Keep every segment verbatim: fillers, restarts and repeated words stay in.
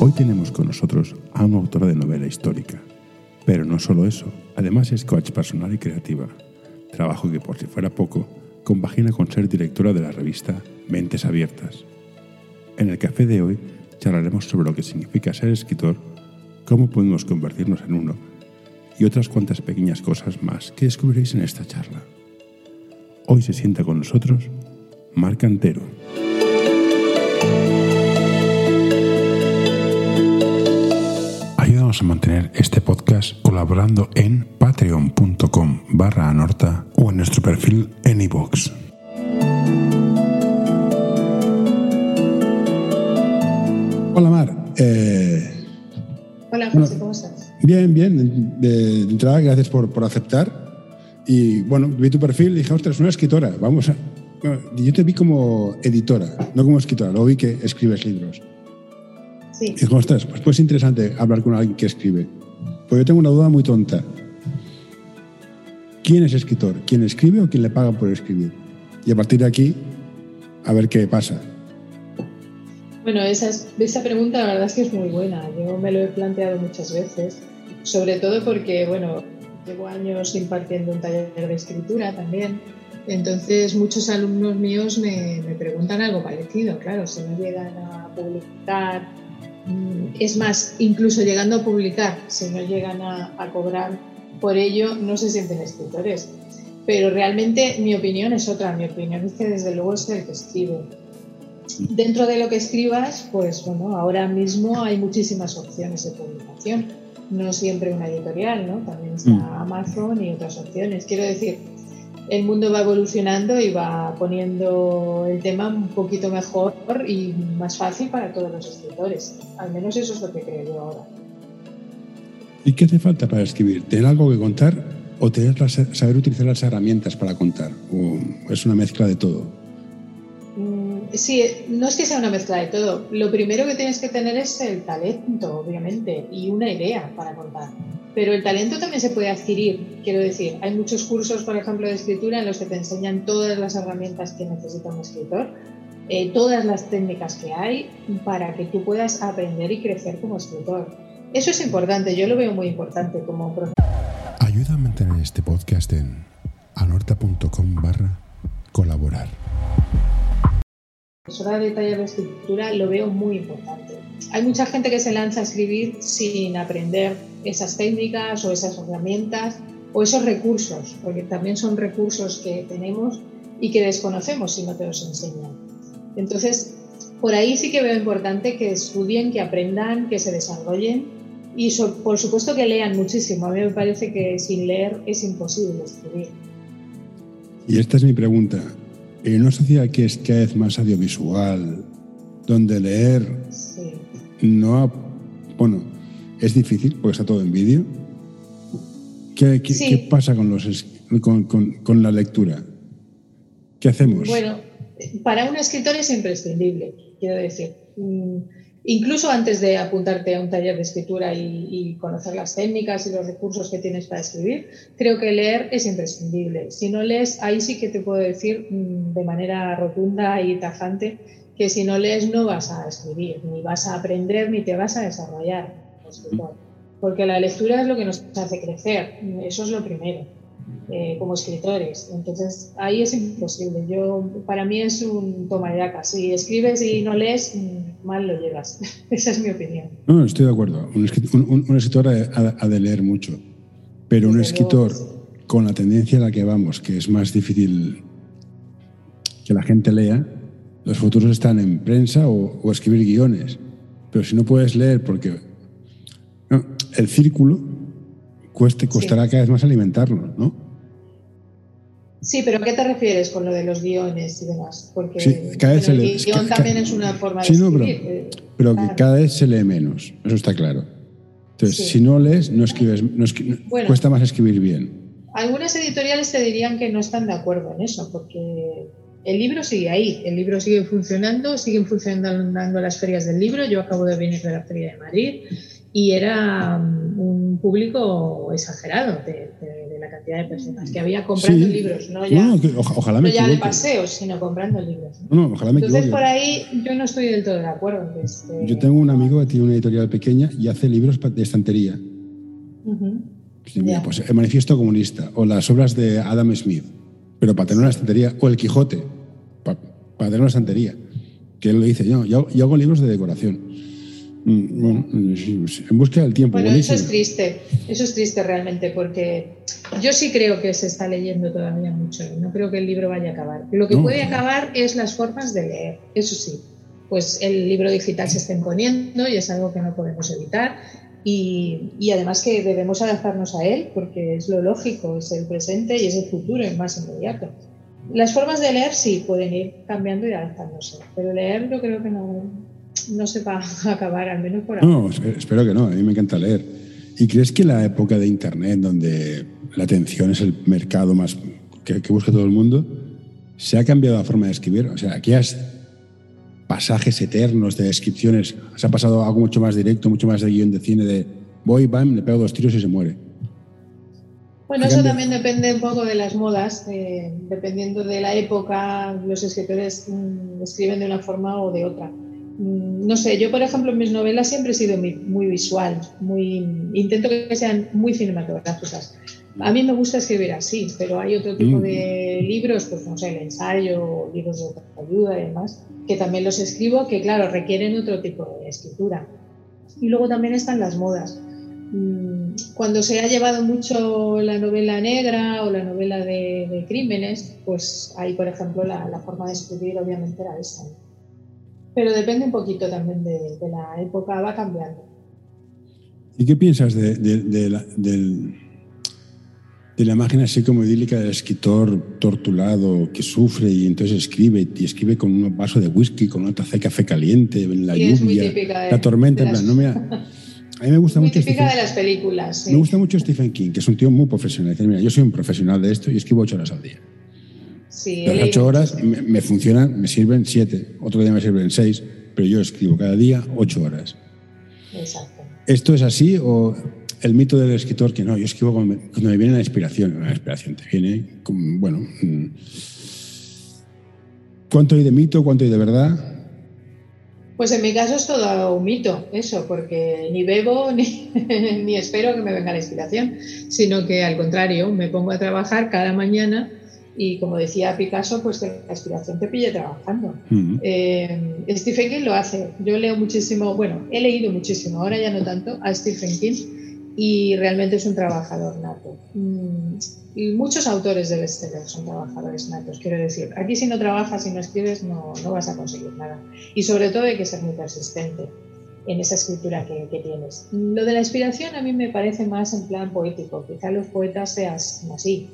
Hoy tenemos con nosotros a una autora de novela histórica. Pero no solo eso, además es coach personal y creativa. Trabajo que, por si fuera poco, compagina con ser directora de la revista Mentes Abiertas. En el café de hoy charlaremos sobre lo que significa ser escritor, cómo podemos convertirnos en uno y otras cuantas pequeñas cosas más que descubriréis en esta charla. Hoy se sienta con nosotros Mar Cantero. Ayúdanos a mantener este podcast colaborando en patreon.com barra anorta o en nuestro perfil en iVoox. Hola Mar. Eh, Hola José, bueno, ¿cómo estás? Bien, bien. De, de entrada, gracias por, por aceptar. Y bueno, vi tu perfil y dije, ostras, una escritora. Vamos a... Bueno, yo te vi como editora, no como escritora. Luego vi que escribes libros. Sí. Y dije, ostras, pues, pues es interesante hablar con alguien que escribe. Pues yo tengo una duda muy tonta. ¿Quién es escritor? ¿Quién escribe o quién le paga por escribir? Y a partir de aquí, a ver qué pasa. Bueno, esa, esa pregunta la verdad es que es muy buena. Yo me lo he planteado muchas veces, sobre todo porque, bueno, llevo años impartiendo un taller de escritura también. Entonces, muchos alumnos míos me, me preguntan algo parecido. Claro, si no llegan a publicar, es más, incluso llegando a publicar, si no llegan a, a cobrar por ello, no se sienten escritores. Pero realmente mi opinión es otra. Mi opinión es que desde luego es el que escribe. Dentro de lo que escribas, pues bueno, ahora mismo hay muchísimas opciones de publicación. No siempre una editorial, ¿no? También está mm. Amazon y otras opciones. Quiero decir, el mundo va evolucionando y va poniendo el tema un poquito mejor y más fácil para todos los escritores. Al menos eso es lo que creo yo ahora. ¿Y qué hace falta para escribir? ¿Tener algo que contar o tener las, saber utilizar las herramientas para contar? ¿O es una mezcla de todo? Sí, no es que sea una mezcla de todo. Lo primero que tienes que tener es el talento, obviamente, y una idea para contar. Pero el talento también se puede adquirir. Quiero decir, hay muchos cursos, por ejemplo, de escritura en los que te enseñan todas las herramientas que necesita un escritor, eh, todas las técnicas que hay para que tú puedas aprender y crecer como escritor. Eso es importante, yo lo veo muy importante como profesor. Ayuda a mantener este podcast en anorta.com barra colaborar. Profesora de taller de escritura lo veo muy importante. Hay mucha gente que se lanza a escribir sin aprender esas técnicas o esas herramientas o esos recursos, porque también son recursos que tenemos y que desconocemos si no te los enseñan. Entonces, por ahí sí que veo importante que estudien, que aprendan, que se desarrollen y so, por supuesto que lean muchísimo. A mí me parece que sin leer es imposible escribir. Y esta es mi pregunta. En una sociedad que es cada vez más audiovisual, donde leer sí. no ha, bueno, es difícil porque está todo en vídeo, ¿qué, qué, sí. ¿qué pasa con, los, con, con, con la lectura? ¿Qué hacemos? Bueno, para un escritor es imprescindible, quiero decir. Incluso antes de apuntarte a un taller de escritura y, y conocer las técnicas y los recursos que tienes para escribir, creo que leer es imprescindible. Si no lees, ahí sí que te puedo decir de manera rotunda y tajante que si no lees no vas a escribir, ni vas a aprender, ni te vas a desarrollar como escritor. Porque la lectura es lo que nos hace crecer, eso es lo primero, eh, como escritores. Entonces, ahí es imposible. Yo, para mí es un toma y daca. Si escribes y no lees, mal lo llevas. Esa es mi opinión. No, estoy de acuerdo. Un, un, un escritor ha, ha de leer mucho, pero Desde un escritor luego, sí. con la tendencia a la que vamos, que es más difícil que la gente lea, los futuros están en prensa o, o escribir guiones. Pero si no puedes leer porque no, el círculo cueste, costará sí. cada vez más alimentarlo, ¿no? Sí, pero ¿a qué te refieres con lo de los guiones y demás? Porque sí, cada vez bueno, se lee, el guión ca, también ca, es una forma sí, de no, escribir. Pero, eh, pero claro. que cada vez se lee menos, eso está claro. Entonces, sí. si no lees, no escribes, no escri- bueno, cuesta más escribir bien. Algunas editoriales te dirían que no están de acuerdo en eso, porque el libro sigue ahí, el libro sigue funcionando, siguen funcionando las ferias del libro. Yo acabo de venir de la Feria de Madrid y era un público exagerado de, de, de la cantidad de personas que había comprando sí. libros, no ya, no, que, oja, ojalá me no ya de equivoque. paseos, sino comprando libros. No, no, ojalá me Entonces, equivoque. por ahí yo no estoy del todo de acuerdo. Que este... Yo tengo un amigo que tiene una editorial pequeña y hace libros de estantería. Uh-huh. Sí, mira, pues el Manifiesto Comunista o las obras de Adam Smith, pero para tener una estantería, o el Quijote, para, para tener una estantería, que él lo dice, yo, yo, yo hago libros de decoración. Bueno, en busca del tiempo. Bueno, buenísimo. Eso es triste, eso es triste realmente, porque yo sí creo que se está leyendo todavía mucho y no creo que el libro vaya a acabar. Lo que no, puede no. acabar es las formas de leer, eso sí. Pues el libro digital se está imponiendo y es algo que no podemos evitar. Y, y además que debemos adaptarnos a él porque es lo lógico, es el presente y es el futuro, el más inmediato. Las formas de leer sí pueden ir cambiando y adaptándose, pero leer yo creo que no, no se va a acabar, al menos por ahora. No, espero que no, a mí me encanta leer. ¿Y crees que la época de Internet, donde la atención es el mercado más que, que busca todo el mundo, se ha cambiado la forma de escribir? O sea, aquellas pasajes eternos de descripciones, se ha pasado a algo mucho más directo, mucho más de guión de cine, de voy, bam, le pego dos tiros y se muere. Bueno, eso también depende un poco de las modas, eh, dependiendo de la época, los escritores mmm, escriben de una forma o de otra. Mm, no sé, yo por ejemplo en mis novelas siempre he sido muy, muy visual, muy, intento que sean muy cinematográficas. A mí me gusta escribir así, pero hay otro tipo de libros, pues no sé, el ensayo, libros de ayuda y demás, que también los escribo, que claro, requieren otro tipo de escritura. Y luego también están las modas. Cuando se ha llevado mucho la novela negra o la novela de, de crímenes, pues ahí, por ejemplo, la, la forma de escribir obviamente era esa. Pero depende un poquito también de, de la época, va cambiando. ¿Y qué piensas de, de, de, la, de, de la imagen así como idílica del escritor torturado que sufre y entonces escribe y escribe con un vaso de whisky, con una taza de café caliente, en la y lluvia, es muy típica de, la tormenta, de en las... plan, no mira... A mí me gusta muy mucho típica Stephen, de las películas. Sí. Me gusta mucho Stephen King, que es un tío muy profesional. Dice, mira, yo soy un profesional de esto y escribo ocho horas al día. Sí, Las ocho horas me, me funcionan, me sirven siete, otro día me sirven seis, pero yo escribo cada día ocho horas. Exacto. ¿Esto es así o el mito del escritor que no, yo escribo cuando me, cuando me viene la inspiración? La inspiración te viene, con, bueno... ¿Cuánto hay de mito, cuánto hay de verdad? Pues en mi caso es todo un mito, eso, porque ni bebo ni, ni espero que me venga la inspiración, sino que al contrario, me pongo a trabajar cada mañana y como decía Picasso, pues que la inspiración te pille trabajando. Uh-huh. eh, Stephen King lo hace, yo leo muchísimo, bueno, he leído muchísimo, ahora ya no tanto, a Stephen King y realmente es un trabajador nato. Mm, y muchos autores de bestseller son trabajadores natos, quiero decir. Aquí si no trabajas y no escribes no, no vas a conseguir nada. Y sobre todo hay que ser muy persistente en esa escritura que, que tienes. Lo de la inspiración a mí me parece más en plan poético. Quizá los poetas sean así.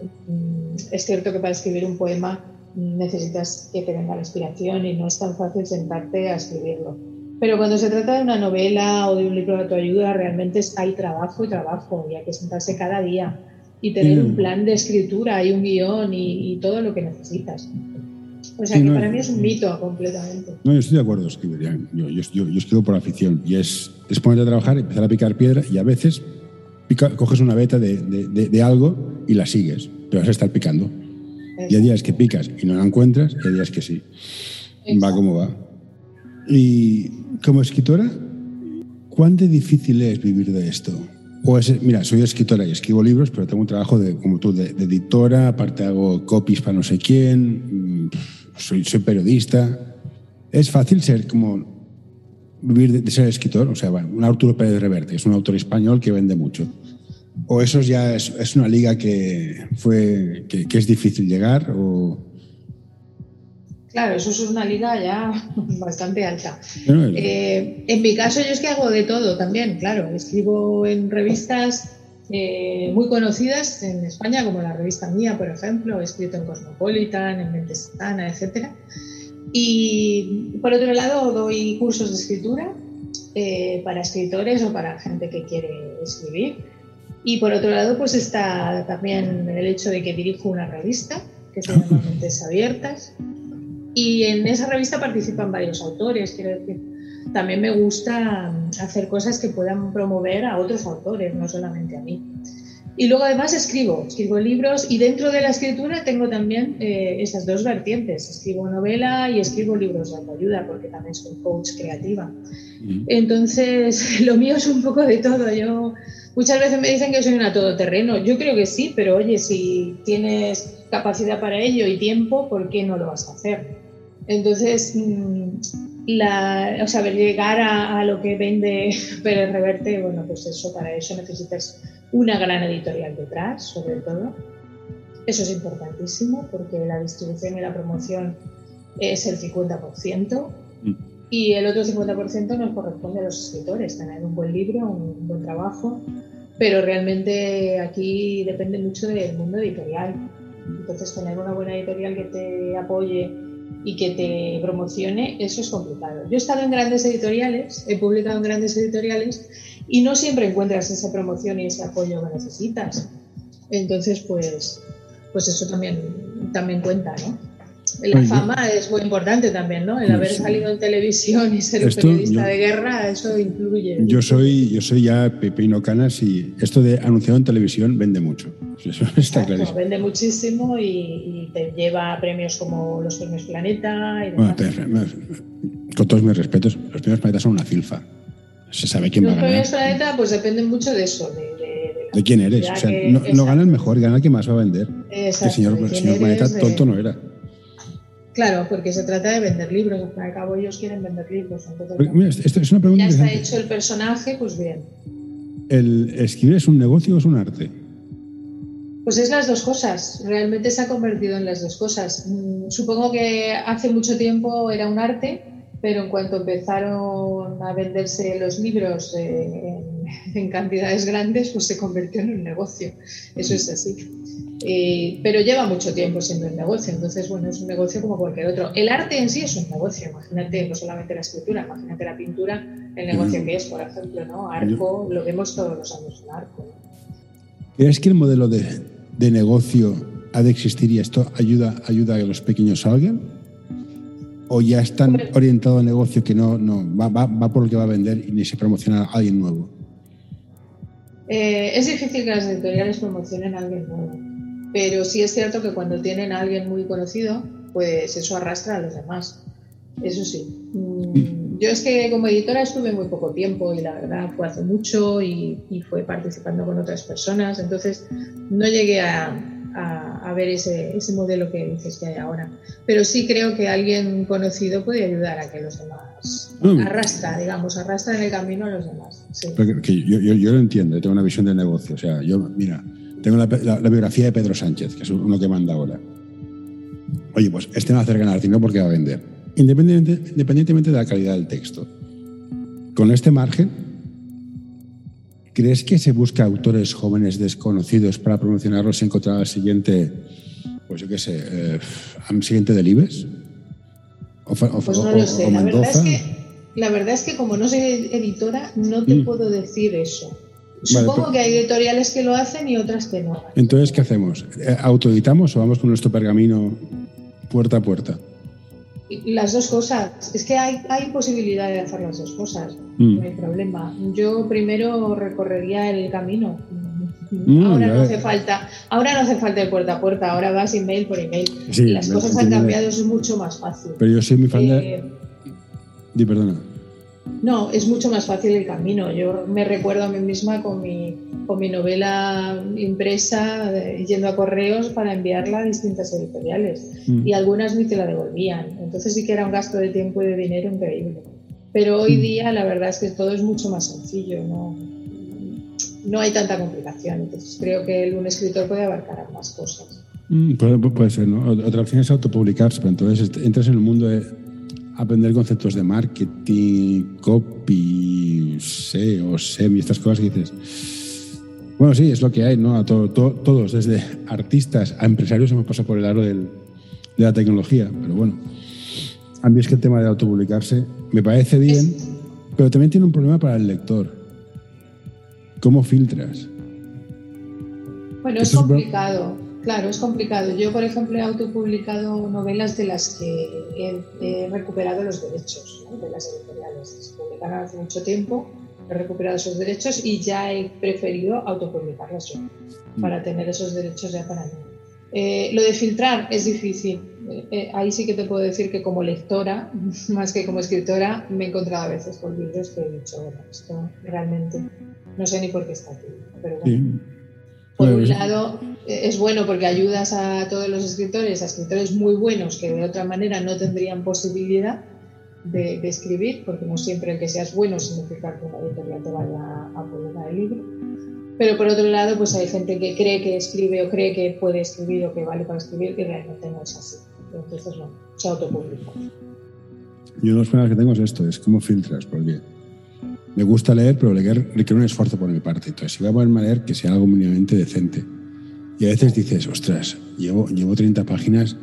Es cierto que para escribir un poema necesitas que te venga la inspiración y no es tan fácil sentarte a escribirlo. Pero cuando se trata de una novela o de un libro de autoayuda, realmente hay trabajo y trabajo y hay que sentarse cada día y tener sí. un plan de escritura y un guión y, y todo lo que necesitas. O sea sí, que no, para mí es un mito completamente. No, yo estoy de acuerdo, escribir. Yo, yo, yo, yo escribo por afición y es, es ponerte a trabajar, empezar a picar piedra y a veces pica, coges una beta de, de, de, de algo y la sigues, pero vas a estar picando. Exacto. Y hay días que picas y no la encuentras y hay días que sí. Exacto. Va como va. Y como escritora, ¿cuán de difícil es vivir de esto? O es, mira, soy escritora y escribo libros, pero tengo un trabajo de, como tú, de, de editora, aparte hago copies para no sé quién, soy, soy periodista. ¿Es fácil ser como vivir de, de ser escritor? O sea, bueno, un Arturo Pérez Reverte, es un autor español que vende mucho. ¿O eso ya es, es una liga que, fue, que, que es difícil llegar? O... Claro, eso es una liga ya bastante alta. No, no. Eh, en mi caso yo es que hago de todo también, claro. Escribo en revistas eh, muy conocidas en España, como la revista Mía, por ejemplo. He escrito en Cosmopolitan, en Mente Sana, etcétera. Y por otro lado doy cursos de escritura eh, para escritores o para gente que quiere escribir. Y por otro lado pues está también el hecho de que dirijo una revista que se llama Mentes Abiertas. Y en esa revista participan varios autores, quiero decir. También me gusta hacer cosas que puedan promover a otros autores, no solamente a mí. Y luego además escribo, escribo libros y dentro de la escritura tengo también eh, esas dos vertientes. Escribo novela y escribo libros de autoayuda porque también soy coach creativa. Mm. Entonces, lo mío es un poco de todo. Yo muchas veces me dicen que soy una todoterreno. Yo creo que sí, pero oye, si tienes capacidad para ello y tiempo, ¿por qué no lo vas a hacer? Entonces, la, o sea, llegar a, a lo que vende Pérez Reverte, bueno, pues eso, para eso necesitas una gran editorial detrás, sobre todo. Eso es importantísimo porque la distribución y la promoción es el cincuenta por ciento mm. y el otro cincuenta por ciento nos corresponde a los escritores, tener un buen libro, un buen trabajo, pero realmente aquí depende mucho del mundo editorial. Entonces, tener una buena editorial que te apoye y que te promocione, eso es complicado. Yo he estado en grandes editoriales, he publicado en grandes editoriales y no siempre encuentras esa promoción y ese apoyo que necesitas. Entonces, pues, pues eso también, también cuenta, ¿no? La Oye, fama es muy importante también, ¿no? El pues, haber salido en televisión y ser esto, un periodista yo, de guerra, eso influye. Yo soy, yo soy ya pepino canas y esto de anunciado en televisión vende mucho. Eso está clarísimo. Vende muchísimo y, y te lleva a premios como los premios Planeta y demás. Bueno, te, con todos mis respetos, los premios Planeta son una filfa. Se sabe quién los va a ganar. Los premios Planeta pues dependen mucho de eso, de, de, de, ¿De quién eres? O sea, que, no, no gana el mejor, gana el que más va a vender. Exacto, el señor, el señor Planeta de... tonto no era. Claro, porque se trata de vender libros, al fin y al cabo ellos quieren vender libros. Entonces, Pero, mira, esto es una pregunta ya está hecho el personaje, pues bien. ¿El escribir es un negocio o es un arte? Pues es las dos cosas, realmente se ha convertido en las dos cosas. Supongo que hace mucho tiempo era un arte, pero en cuanto empezaron a venderse los libros en, en cantidades grandes, pues se convirtió en un negocio. Eso es así. Eh, pero lleva mucho tiempo siendo un negocio, entonces bueno, es un negocio como cualquier otro. El arte en sí es un negocio, imagínate, no solamente la escritura, imagínate la pintura, el negocio que es, por ejemplo, ¿no? Arco, lo vemos todos los años en Arco. ¿Crees que el modelo de, de negocio ha de existir y esto ayuda, ayuda a que los pequeños salgan? ¿O ya están bueno, orientados al negocio que no, no va, va, va por lo que va a vender y ni se promociona a alguien nuevo? Eh, es difícil que las editoriales promocionen a alguien nuevo. Pero sí es cierto que cuando tienen a alguien muy conocido, pues eso arrastra a los demás. Eso sí. Yo es que como editora estuve muy poco tiempo y la verdad fue hace mucho y, y fue participando con otras personas. Entonces no llegué a, a, a ver ese, ese modelo que dices que hay ahora. Pero sí creo que alguien conocido puede ayudar a que los demás no, arrastra, digamos, arrastra en el camino a los demás. Sí. Porque, que yo, yo, yo lo entiendo, yo tengo una visión de negocio. O sea, yo, mira... Tengo la, la, la biografía de Pedro Sánchez, que es uno que manda ahora. Oye, pues este va a hacer ganar dinero porque va a vender. Independientemente, independientemente de la calidad del texto. Con este margen, ¿crees que se busca autores jóvenes desconocidos para promocionarlos y encontrar al siguiente, pues yo qué sé, eh, al siguiente del IBEX? O, o, pues no lo sé. O la, verdad es que, la verdad es que como no soy editora, no te mm. puedo decir eso. Supongo vale, que hay editoriales que lo hacen y otras que no. Entonces, ¿qué hacemos? ¿Autoeditamos o vamos con nuestro pergamino puerta a puerta? Las dos cosas. Es que hay, hay posibilidad de hacer las dos cosas. Mm. No hay problema. Yo primero recorrería el camino. Mm, ahora no hace falta, ahora no hace falta de puerta a puerta. Ahora vas email por email. Sí, las cosas han cambiado, es mucho más fácil. Pero yo soy muy fan de... Eh, Di, perdona. No, es mucho más fácil el camino. Yo me recuerdo a mí misma con mi, con mi novela impresa, eh, yendo a correos para enviarla a distintas editoriales. Mm. Y algunas ni te la devolvían. Entonces sí que era un gasto de tiempo y de dinero increíble. Pero hoy mm. día la verdad es que todo es mucho más sencillo. No, no hay tanta complicación. Entonces creo que un escritor puede abarcar más cosas. Mm, puede, puede ser, ¿no? Otra opción es autopublicarse, pero entonces entras en el mundo de aprender conceptos de marketing, copy, S E O, S E M y estas cosas que dices. Bueno, sí, es lo que hay, ¿no? A todo, todo, todos, desde artistas a empresarios, hemos pasado por el aro del, de la tecnología. Pero bueno, a mí es que el tema de autopublicarse me parece bien, pero también tiene un problema para el lector. ¿Cómo filtras? Bueno, es complicado. Claro, es complicado. Yo, por ejemplo, he autopublicado novelas de las que he, he recuperado los derechos, ¿no? De las editoriales. Se publicaron hace mucho tiempo, he recuperado esos derechos y ya he preferido autopublicarlas yo, mm. para tener esos derechos ya para mí. Eh, lo de filtrar es difícil. Eh, eh, ahí sí que te puedo decir que como lectora, más que como escritora, me he encontrado a veces con libros que he dicho, bueno, esto realmente no sé ni por qué está aquí. Pero bueno, sí. Por un lado, eh, es bueno porque ayudas a todos los escritores, a escritores muy buenos que de otra manera no tendrían posibilidad de, de escribir, porque no siempre el que seas bueno significa que una editorial te vaya a publicar el libro. Pero por otro lado, pues hay gente que cree que escribe o cree que puede escribir o que vale para escribir y realmente no es así. Entonces, bueno, se autopublica. Yo los problemas que tengo es esto, es cómo filtras, porque me gusta leer, pero leer requiere un esfuerzo por mi parte. Entonces, si voy a ponerme a leer, que sea algo mínimamente decente. Y a veces dices, ostras, llevo, llevo treinta páginas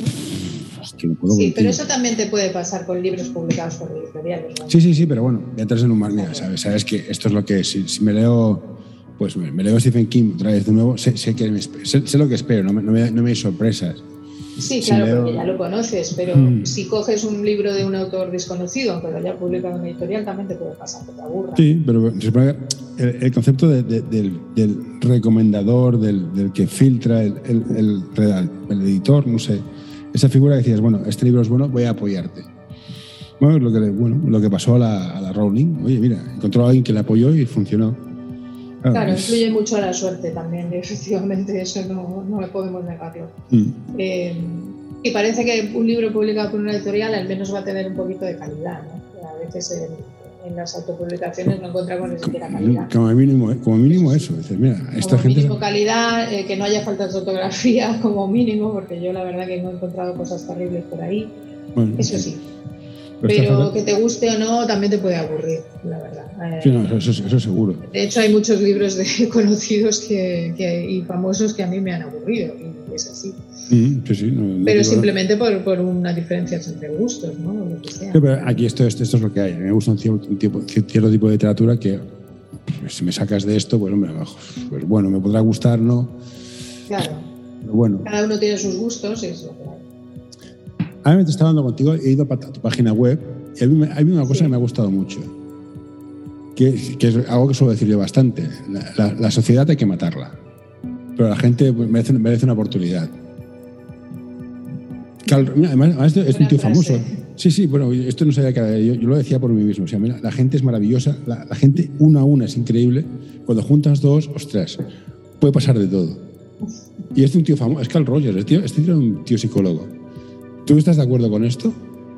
y hostia, no puedo Sí, contigo. Pero eso también te puede pasar con libros publicados por editoriales, ¿no? Sí, sí, sí, pero bueno, ya entras en un mar, mira, ¿sabes? Sabes que esto es lo que, si, si me leo, pues me, me leo Stephen King otra vez de nuevo, sé, sé, que me, sé, sé lo que espero, no me, no me, no me hay sorpresas. Sí, claro, si leo... porque ya lo conoces, pero mm. si coges un libro de un autor desconocido, aunque lo haya publicado en una editorial, también te puede pasar que te aburra. Sí, pero el, el concepto de, de, del, del recomendador, del, del que filtra, el, el, el, el editor, no sé, esa figura que decías, bueno, este libro es bueno, voy a apoyarte. Bueno, lo que, bueno, lo que pasó a la, a la Rowling, oye, mira, encontró a alguien que la apoyó y funcionó. Claro, claro es... influye mucho a la suerte también, efectivamente, eso no, no podemos negarlo. Mm. Eh, y parece que un libro publicado por una editorial al menos va a tener un poquito de calidad, ¿no? A veces en, en las autopublicaciones no encontramos ni siquiera calidad. Como mínimo, como mínimo eso, dices, mira, esta como gente... mínimo calidad, eh, que no haya faltas de ortografía, como mínimo, porque yo la verdad que no he encontrado cosas terribles por ahí, bueno, eso sí. Pero que te guste o no, también te puede aburrir, la verdad. Sí, no, eso, eso seguro. De hecho, hay muchos libros de conocidos que, que, y famosos que a mí me han aburrido, y es así. Mm, sí, sí, no, no pero simplemente por, por una diferencia entre gustos, ¿no? Lo que sea. Sí, pero aquí esto, esto, esto es lo que hay. A mí me gusta un cierto, un tipo, cierto tipo de literatura que, si me sacas de esto, pues, hombre, pues bueno, me podrá gustar, ¿no? Claro. Pero bueno. Cada uno tiene sus gustos y es lo que hay. A mí me estaba hablando contigo, he ido a tu página web y a mí, a mí una cosa sí. que me ha gustado mucho, que, que es algo que suelo decir yo bastante. La, la, la sociedad hay que matarla, pero la gente merece, merece una oportunidad. Cal, mira, además, además es un tío famoso. Sí, sí, bueno, esto no sabía que era, yo, yo lo decía por mí mismo. O sea, mira, la gente es maravillosa, la, la gente una a una es increíble. Cuando juntas dos, ostras, puede pasar de todo. Y este es un tío famoso, es Carl Rogers, este tío, este tío es un tío psicólogo. ¿Tú estás de acuerdo con esto?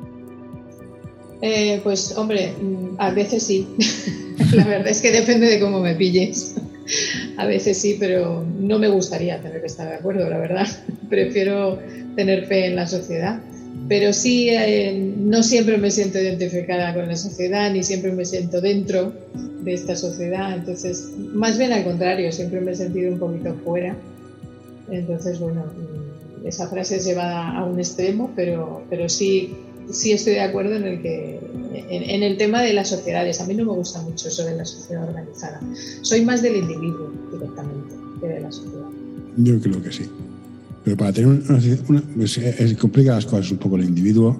Eh, pues, hombre, a veces sí. La verdad es que depende de cómo me pilles. A veces sí, pero no me gustaría tener que estar de acuerdo, la verdad. Prefiero tener fe en la sociedad. Pero sí, eh, no siempre me siento identificada con la sociedad, ni siempre me siento dentro de esta sociedad. Entonces, más bien al contrario, siempre me he sentido un poquito fuera. Entonces, bueno... esa frase es llevada a un extremo, pero, pero sí, sí estoy de acuerdo en el, que, en, en el tema de las sociedades. A mí no me gusta mucho eso de la sociedad organizada. Soy más del individuo directamente que de la sociedad. Yo creo que sí. Pero para tener una... una pues, es, complica las cosas un poco el individuo.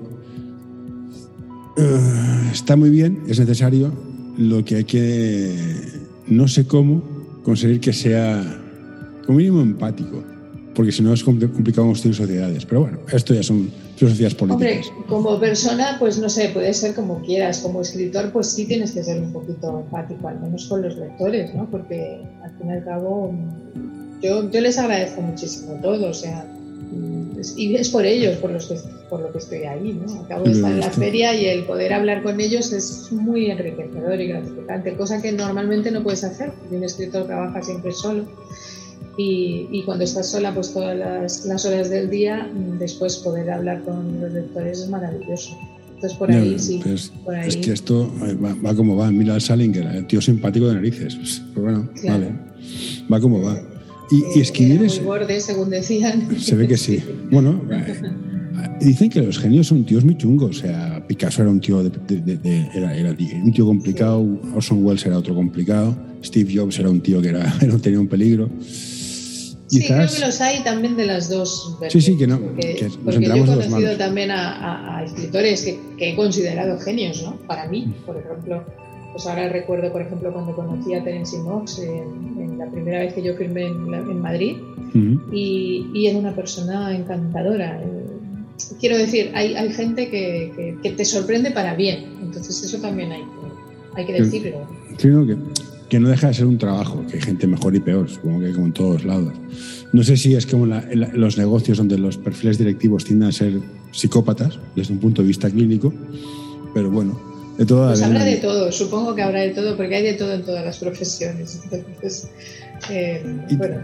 Uh, está muy bien, es necesario. Lo que hay que... No sé cómo conseguir que sea como mínimo empático. Porque si no es complicado construir sociedades. Pero bueno, esto ya son filosofías políticas. Hombre, como persona, pues no sé, puede ser como quieras. Como escritor, pues sí tienes que ser un poquito empático, al menos con los lectores, ¿no? Porque al fin y al cabo, yo, yo les agradezco muchísimo todo, o sea, y es por ellos, por, los que, por lo que estoy ahí, ¿no? Acabo de estar en la feria y el poder hablar con ellos es muy enriquecedor y gratificante, cosa que normalmente no puedes hacer, porque un escritor trabaja siempre solo. Y, y cuando estás sola, pues todas las, las horas del día, después poder hablar con los lectores es maravilloso. Entonces por ahí no, sí. Pues, por ahí. Es que esto va, va como va. Mira al Salinger, el tío simpático de narices. Pues bueno, claro. Vale. Va como va. Y, eh, y escribir es... muy borde, según decían. Se ve que sí. Bueno, dicen que los genios son tíos muy chungos. O sea, Picasso era un tío, de, de, de, de, era, era un tío complicado, sí. Orson Welles era otro complicado, Steve Jobs era un tío que era, tenía un peligro. Sí, quizás... creo que los hay también de las dos vertientes. Sí, sí, que no. Porque, que nos porque yo he conocido conocido también a, a, a escritores que, que he considerado genios, ¿no? Para mí, por ejemplo, Pues ahora recuerdo, por ejemplo, cuando conocí a Terence Knox, en, en la primera vez que yo firmé en, la, en Madrid, uh-huh. y, y era una persona encantadora. Quiero decir, hay, hay gente que, que, que te sorprende para bien, entonces eso también hay que, hay que decirlo. Creo que, que no deja de ser un trabajo, que hay gente mejor y peor, supongo que como en todos lados. No sé si es como la, la, los negocios donde los perfiles directivos tienden a ser psicópatas desde un punto de vista clínico, pero bueno. De toda pues la habrá de todo, supongo que habrá de todo, porque hay de todo en todas las profesiones. Entonces, eh, bueno,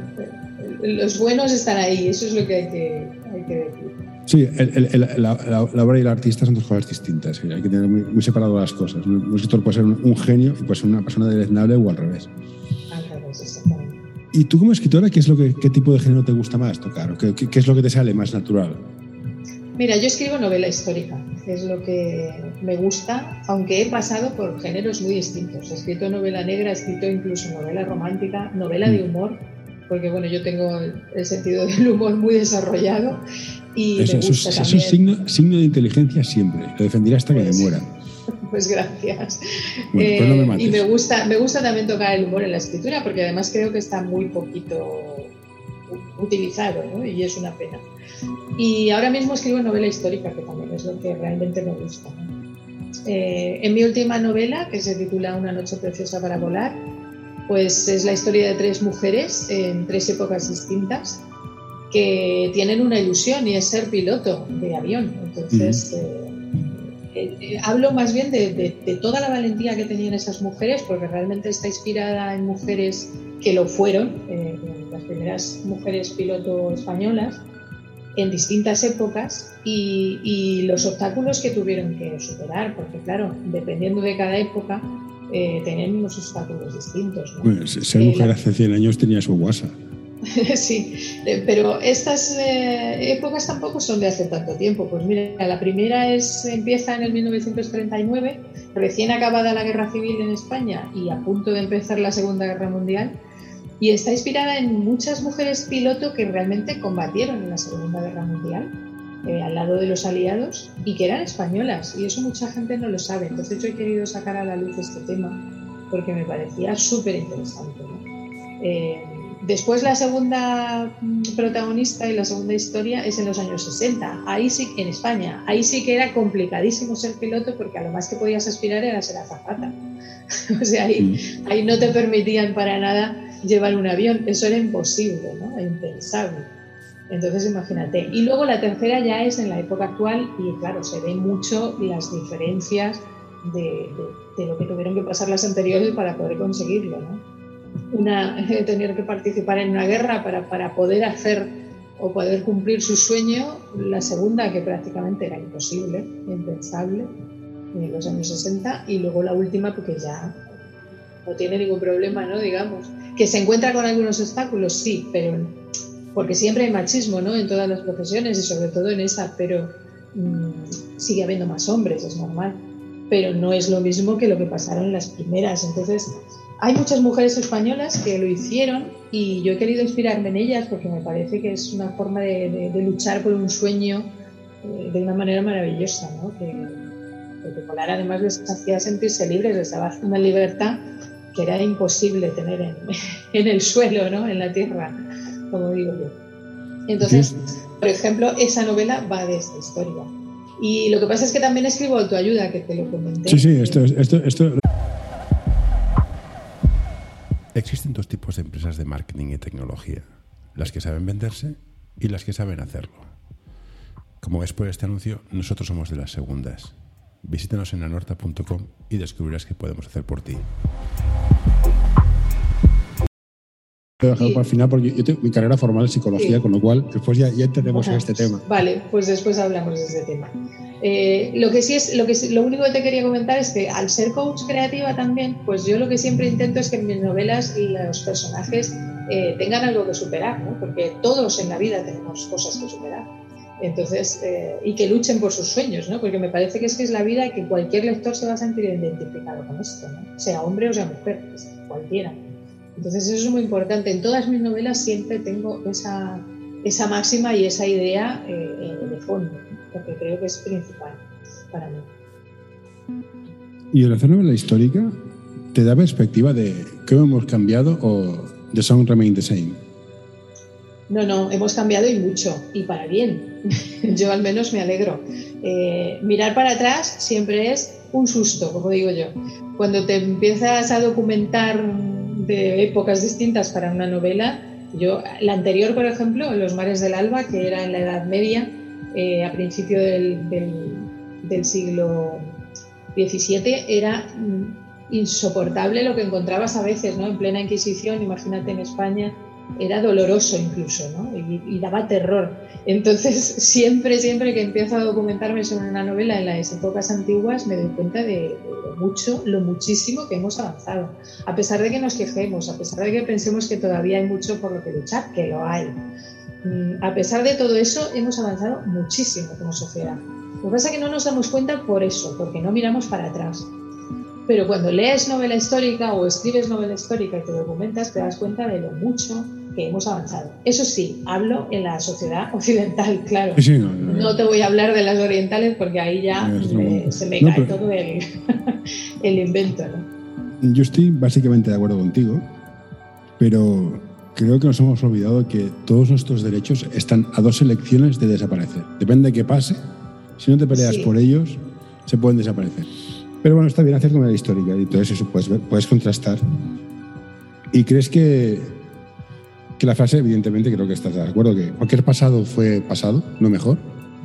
los buenos están ahí, eso es lo que hay que, hay que decir. Sí, el, el, el, la, la, la obra y el artista son dos cosas distintas, hay que tener muy, muy separado las cosas. Un escritor puede ser un, un genio y puede ser una persona deleznable o al revés. Al revés, exactamente. ¿Y tú como escritora qué es lo que, qué tipo de género te gusta más tocar? ¿O qué, qué, qué es lo que te sale más natural? Mira, yo escribo novela histórica, es lo que me gusta, aunque he pasado por géneros muy distintos. He escrito novela negra, he escrito incluso novela romántica, novela de humor, porque bueno, yo tengo el sentido del humor muy desarrollado y eso, me gusta eso, también. Eso es signo, signo de inteligencia siempre, lo defenderé hasta pues, que me muera. Pues gracias. Bueno, eh, pues no me mates. Y me gusta, me gusta también tocar el humor en la escritura, porque además creo que está muy poquito utilizado, ¿no? Y es una pena. Y ahora mismo escribo novela histórica, que también es lo que realmente me gusta, ¿no? Eh, en mi última novela, que se titula Una noche preciosa para volar, pues es la historia de tres mujeres en tres épocas distintas que tienen una ilusión y es ser piloto de avión. Entonces, uh-huh. eh, eh, hablo más bien de, de, de toda la valentía que tenían esas mujeres, porque realmente está inspirada en mujeres que lo fueron, eh, las primeras mujeres piloto españolas, en distintas épocas y, y los obstáculos que tuvieron que superar, porque claro, dependiendo de cada época, eh, tenían unos obstáculos distintos, ¿no? Bueno, ser mujer eh, la... hace cien años tenía su guasa. Sí, eh, pero estas eh, épocas tampoco son de hace tanto tiempo. Pues mira, la primera es, empieza en el mil novecientos treinta y nueve, recién acabada la Guerra Civil en España y a punto de empezar la Segunda Guerra Mundial. Y está inspirada en muchas mujeres piloto que realmente combatieron en la Segunda Guerra Mundial, eh, al lado de los aliados, y que eran españolas, y eso mucha gente no lo sabe. Entonces yo he querido sacar a la luz este tema porque me parecía súper interesante, ¿no? Eh, después la segunda protagonista y la segunda historia es en los años sesenta, ahí sí, en España. Ahí sí que era complicadísimo ser piloto porque a lo más que podías aspirar era ser azafata. O sea, ahí, ahí no te permitían para nada llevar un avión, eso era imposible, ¿no? Impensable. Entonces imagínate. Y luego la tercera ya es en la época actual y claro, se ven mucho las diferencias de, de, de lo que tuvieron que pasar las anteriores para poder conseguirlo, ¿no? Una, tener que participar en una guerra para, para poder hacer o poder cumplir su sueño, la segunda que prácticamente era imposible, impensable, en los años sesenta, y luego la última porque ya no tiene ningún problema, ¿no? Digamos, que se encuentra con algunos obstáculos, sí, pero porque siempre hay machismo, ¿no? En todas las profesiones y sobre todo en esa, pero mmm, sigue habiendo más hombres, es normal, pero no es lo mismo que lo que pasaron en las primeras. Entonces, hay muchas mujeres españolas que lo hicieron y yo he querido inspirarme en ellas porque me parece que es una forma de, de, de luchar por un sueño eh, de una manera maravillosa, ¿no? Que, que volar además les hacía sentirse libres, les daba una libertad que era imposible tener en, en el suelo, ¿no? En la tierra, como digo yo. Entonces, por ejemplo, esa novela va de esta historia. Y lo que pasa es que también escribo autoayuda, que te lo comenté. Sí, sí, esto... esto, esto... Existen dos tipos de empresas de marketing y tecnología, las que saben venderse y las que saben hacerlo. Como ves por este anuncio, nosotros somos de las segundas. Visítanos en anorta punto com y descubrirás qué podemos hacer por ti. Voy a dejarlo para el final porque yo tengo mi carrera formal en psicología, sí. Con lo cual después ya, ya entraremos en este tema. Vale, pues después hablamos de este tema. Eh, lo que sí es, lo que lo único que te quería comentar es que al ser coach creativa también, pues yo lo que siempre intento es que en mis novelas los personajes eh, tengan algo que superar, ¿no? Porque todos en la vida tenemos cosas que superar. Entonces, eh, y que luchen por sus sueños, ¿no? Porque me parece que es que es la vida y que cualquier lector se va a sentir identificado con esto, ¿no? Sea hombre o sea mujer, pues cualquiera. Entonces eso es muy importante. En todas mis novelas siempre tengo esa, esa máxima y esa idea eh, de fondo, ¿no? Porque creo que es principal para mí. Y el hacer novela histórica, ¿te da perspectiva de cómo hemos cambiado o the song remain the same? No, no, hemos cambiado y mucho, y para bien. Yo al menos me alegro. Eh, mirar para atrás siempre es un susto, como digo yo. Cuando te empiezas a documentar de épocas distintas para una novela, yo, la anterior, por ejemplo, Los mares del alba, que era en la Edad Media, eh, a principio del, del, del siglo diecisiete, era insoportable lo que encontrabas a veces, ¿no? En plena Inquisición, imagínate en España, era doloroso incluso, ¿no? Y, y daba terror. Entonces, siempre, siempre que empiezo a documentarme sobre una novela en las épocas antiguas, me doy cuenta de, de lo mucho, lo muchísimo que hemos avanzado. A pesar de que nos quejemos, a pesar de que pensemos que todavía hay mucho por lo que luchar, que lo hay. A pesar de todo eso, hemos avanzado muchísimo como sociedad. Lo que pasa es que no nos damos cuenta por eso, porque no miramos para atrás. Pero cuando lees novela histórica o escribes novela histórica y te documentas, te das cuenta de lo mucho que hemos avanzado. Eso sí, hablo en la sociedad occidental, claro. Sí, sí, no, no, no. No te voy a hablar de las orientales porque ahí ya no, me, se me no, cae pero... todo el, el invento, ¿no? Yo estoy básicamente de acuerdo contigo, pero creo que nos hemos olvidado que todos nuestros derechos están a dos elecciones de desaparecer. Depende de qué pase, si no te peleas sí. por ellos, se pueden desaparecer. Pero bueno, está bien hacer novela histórica y todo eso puedes, ver, puedes contrastar. ¿Y crees que, que la frase, evidentemente, creo que estás de acuerdo, que cualquier pasado fue pasado, no mejor?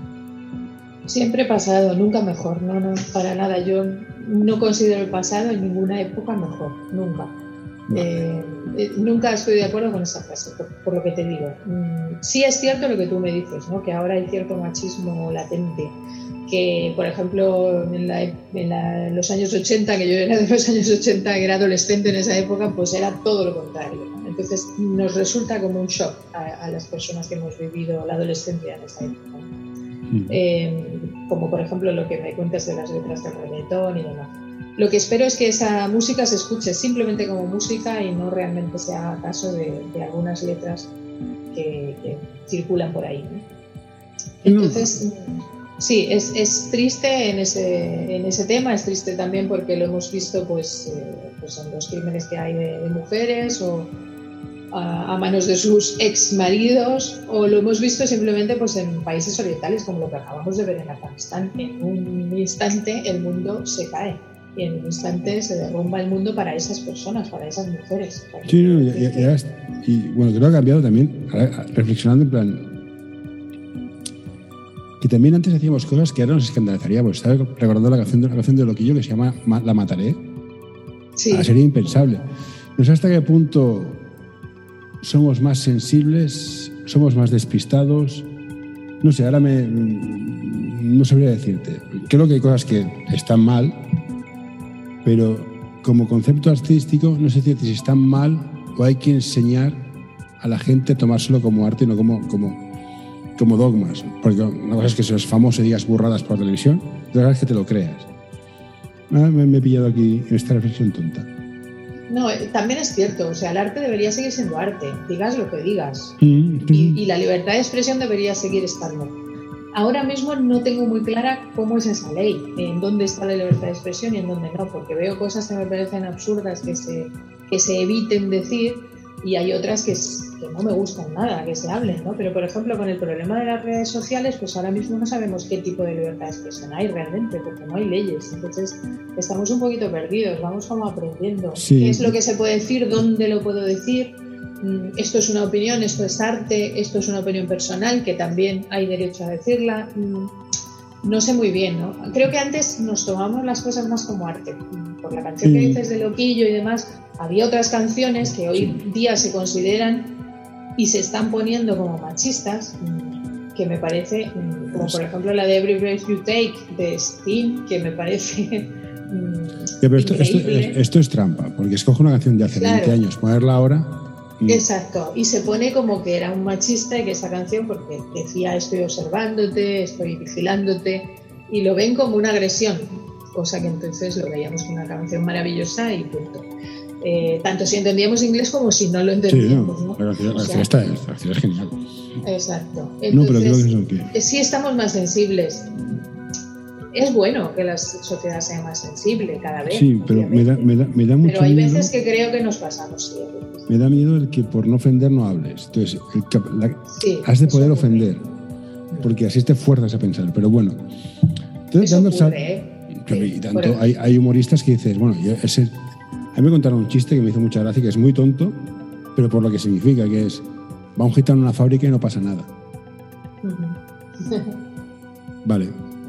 Siempre pasado, nunca mejor, no, no, para nada. Yo no considero el pasado en ninguna época mejor, nunca. Eh, eh, nunca estoy de acuerdo con esa frase, por, por lo que te digo. Mm, sí es cierto lo que tú me dices, ¿no? Que ahora hay cierto machismo latente. Que, por ejemplo, en, la, en la, los años ochenta, que yo era de los años ochenta, que era adolescente en esa época, pues era todo lo contrario, ¿no? Entonces nos resulta como un shock a, a las personas que hemos vivido la adolescencia en esa época, ¿no? Mm. Eh, como por ejemplo lo que me cuentas de las letras de reggaetón y demás. Lo que espero es que esa música se escuche simplemente como música y no realmente se haga caso de, de algunas letras que, que circulan por ahí, ¿no? Entonces... Mm. Sí, es, es triste en ese, en ese tema, es triste también porque lo hemos visto pues, eh, pues en los crímenes que hay de, de mujeres o a, a manos de sus ex maridos, o lo hemos visto simplemente pues en países orientales como lo que acabamos de ver en Afganistán. En un instante el mundo se cae y en un instante se derrumba el mundo para esas personas, para esas mujeres. Para sí, no, ya, ya, ya, y bueno, creo que ha cambiado también, reflexionando en plan... Y también antes hacíamos cosas que ahora nos escandalizaríamos. Estaba recordando la canción, la canción de Loquillo que se llama La Mataré. Sí. Ah, sería impensable. No sé hasta qué punto somos más sensibles, somos más despistados. No sé, ahora me... No sabría decirte. Creo que hay cosas que están mal, pero como concepto artístico no sé si están mal o hay que enseñar a la gente a tomárselo como arte y no como... como como dogmas, porque una cosa es que seas famoso y digas burradas por televisión, otra cosa es que te lo creas. Ah, me, me he pillado aquí en esta reflexión tonta. No, también es cierto, o sea, el arte debería seguir siendo arte, digas lo que digas, mm, y, y la libertad de expresión debería seguir estando. Ahora mismo no tengo muy clara cómo es esa ley, en dónde está la libertad de expresión y en dónde no, porque veo cosas que me parecen absurdas que se, que se eviten decir, y hay otras que, que no me gustan nada, que se hablen, ¿no? Pero, por ejemplo, con el problema de las redes sociales, pues ahora mismo no sabemos qué tipo de libertad de expresión hay realmente, porque no hay leyes. Entonces, estamos un poquito perdidos, vamos como aprendiendo. Sí. ¿Qué es lo que se puede decir? ¿Dónde lo puedo decir? Esto es una opinión, esto es arte, esto es una opinión personal, que también hay derecho a decirla. No sé muy bien, ¿no? Creo que antes nos tomamos las cosas más como arte. Por la canción que dices de Loquillo y demás, había otras canciones que hoy día se consideran y se están poniendo como machistas, que me parece, como por ejemplo la de Every Breath You Take de Sting, que me parece sí, pero esto, esto, esto es trampa, porque escoge una canción de hace claro. veinte años, ponerla ahora... Exacto, y se pone como que era un machista y que esa canción, porque decía estoy observándote, estoy vigilándote, y lo ven como una agresión, cosa que entonces lo veíamos como una canción maravillosa y punto. Eh, tanto si entendíamos inglés como si no lo entendíamos. Sí, no, ¿no? La canción, o sea, esta, esta canción es genial. Exacto. Entonces, no, pero creo que es okay. Sí estamos más sensibles. es bueno que la sociedad sea más sensible cada vez. Sí, pero me da, me, da, me da mucho miedo. Pero hay miedo, veces que creo que nos pasamos. Sí, me da miedo el que por no ofender no hables. Entonces, el, la, sí, has de poder ofender, porque así te fuerzas a pensar. Pero bueno, entonces, eso dando ocurre, sal, ¿eh? pero, y tanto, hay, hay humoristas que dices, bueno, yo, ese, a mí me contaron un chiste que me hizo mucha gracia, que es muy tonto, pero por lo que significa, que es, va un gitano a una fábrica y no pasa nada. Uh-huh. Vale.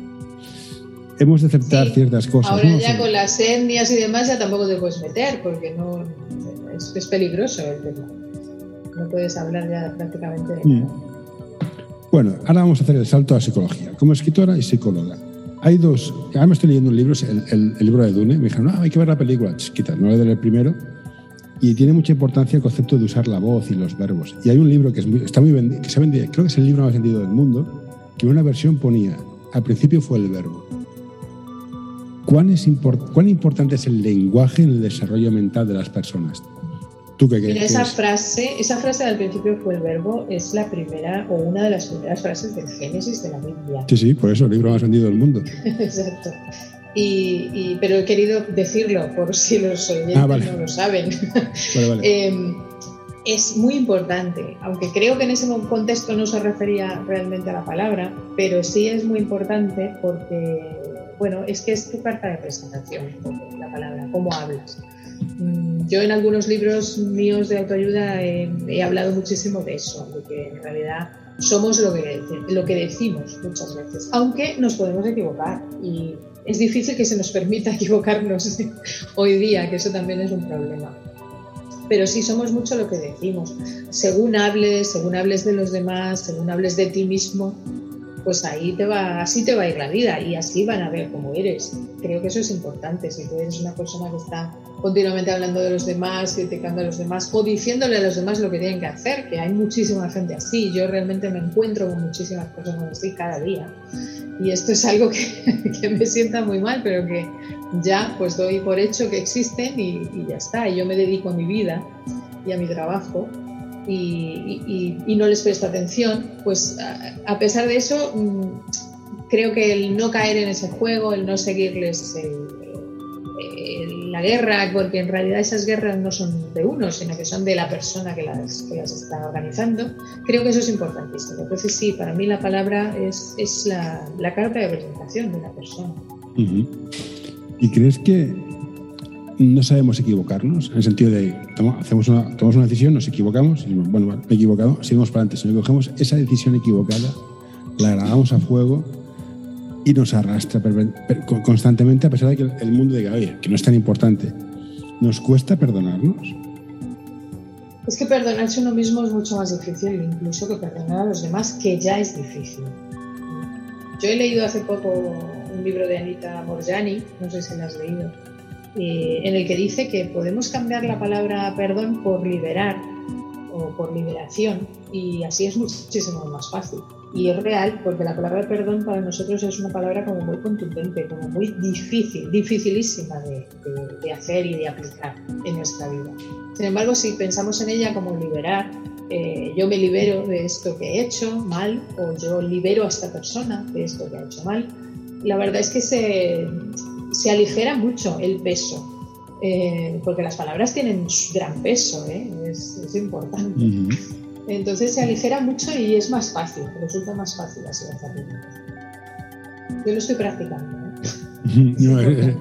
Hemos de aceptar sí, ciertas cosas. Ahora ¿no? ya o sea, con las etnias y demás ya tampoco te puedes meter, porque no es, es peligroso el tema. No puedes hablar ya prácticamente de nada. Mm. Bueno, ahora vamos a hacer el salto a psicología. Como escritora y psicóloga. Hay dos... Ahora me estoy leyendo un libro, el, el, el libro de Dune. Me dijeron, no, hay que ver la película. Chiquita, no le del el primero. Y tiene mucha importancia el concepto de usar la voz y los verbos. Y hay un libro que, es muy, está muy vendido, que se vende, creo que es el libro más vendido del mundo, que en una versión ponía, al principio fue el verbo. ¿Cuán, es import, ¿Cuán importante es el lenguaje en el desarrollo mental de las personas? ¿Tú qué crees? Mira, esa frase, esa frase del principio fue el verbo, es la primera o una de las primeras frases del Génesis de la Biblia. Sí, sí, por eso, el libro más vendido del mundo. Exacto. Y, y, pero he querido decirlo por si los oyentes ah, vale. no lo saben. Vale, vale. eh, es muy importante, aunque creo que en ese contexto no se refería realmente a la palabra, pero sí es muy importante porque, bueno, es que es tu carta de presentación, la palabra, cómo hablas. Yo en algunos libros míos de autoayuda he, he hablado muchísimo de eso, de que en realidad somos lo que, lo que decimos muchas veces, aunque nos podemos equivocar y es difícil que se nos permita equivocarnos hoy día, que eso también es un problema. Pero sí somos mucho lo que decimos. Según hables, según hables de los demás, según hables de ti mismo, pues ahí te va, así te va a ir la vida y así van a ver cómo eres. Creo que eso es importante. Si tú eres una persona que está continuamente hablando de los demás, criticando a los demás o diciéndole a los demás lo que tienen que hacer, que hay muchísima gente así. Yo realmente me encuentro con muchísimas personas así cada día. Y esto es algo que, que me sienta muy mal, pero que ya pues doy por hecho que existen y, y ya está. Y yo me dedico a mi vida y a mi trabajo. Y, y, y no les presto atención, pues a, a pesar de eso mmm, creo que el no caer en ese juego, el no seguirles el, el, la guerra, porque en realidad esas guerras no son de uno, sino que son de la persona que las, que las está organizando, creo que eso es importantísimo. Entonces sí, para mí la palabra es, es la, la carta de presentación de una persona. Uh-huh. ¿Y crees que no sabemos equivocarnos? En el sentido de, toma, hacemos una, tomamos una decisión, nos equivocamos, y decimos, bueno, me he equivocado, seguimos para adelante. Si nos cogemos esa decisión equivocada, la grabamos a fuego y nos arrastra constantemente, a pesar de que el mundo diga, oye, que no es tan importante. ¿Nos cuesta perdonarnos? Es que perdonarse uno mismo es mucho más difícil incluso que perdonar a los demás, que ya es difícil. Yo he leído hace poco un libro de Anita Moorjani, no sé si lo has leído, Eh, en el que dice que podemos cambiar la palabra perdón por liberar o por liberación y así es muchísimo más fácil. Y es real porque la palabra perdón para nosotros es una palabra como muy contundente, como muy difícil, dificilísima de, de, de hacer y de aplicar en nuestra vida. Sin embargo, si pensamos en ella como liberar, eh, yo me libero de esto que he hecho mal o yo libero a esta persona de esto que ha hecho mal, la verdad es que se... se aligera mucho el peso, eh, porque las palabras tienen gran peso, ¿eh? es, es importante. Uh-huh. Entonces se aligera mucho y es más fácil, resulta más fácil así hacerlo. Yo lo estoy practicando. ¿eh? No, eh,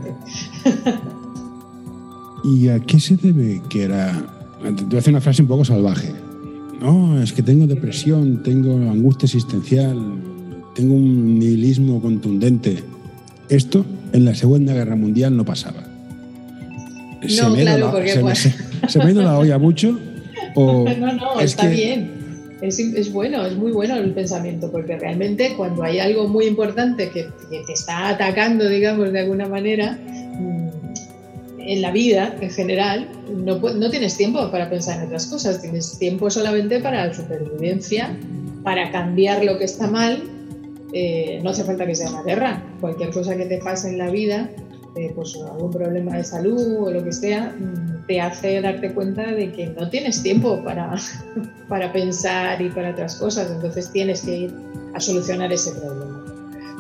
¿Y a qué se debe que era? Te voy a hacer una frase un poco salvaje. No, es que tengo depresión, tengo angustia existencial, tengo un nihilismo contundente. Esto en la Segunda Guerra Mundial no pasaba. Se no, me claro, la, porque... Se, pues... me, se, se me ha ido la olla mucho. O no, no, es está que... bien. Es, es bueno, es muy bueno el pensamiento, porque realmente cuando hay algo muy importante que, que te está atacando, digamos, de alguna manera, en la vida en general, no, no tienes tiempo para pensar en otras cosas, tienes tiempo solamente para la supervivencia, para cambiar lo que está mal. Eh, no hace falta que sea una guerra, cualquier cosa que te pase en la vida, eh, pues algún problema de salud o lo que sea, te hace darte cuenta de que no tienes tiempo para, para pensar y para otras cosas, entonces tienes que ir a solucionar ese problema.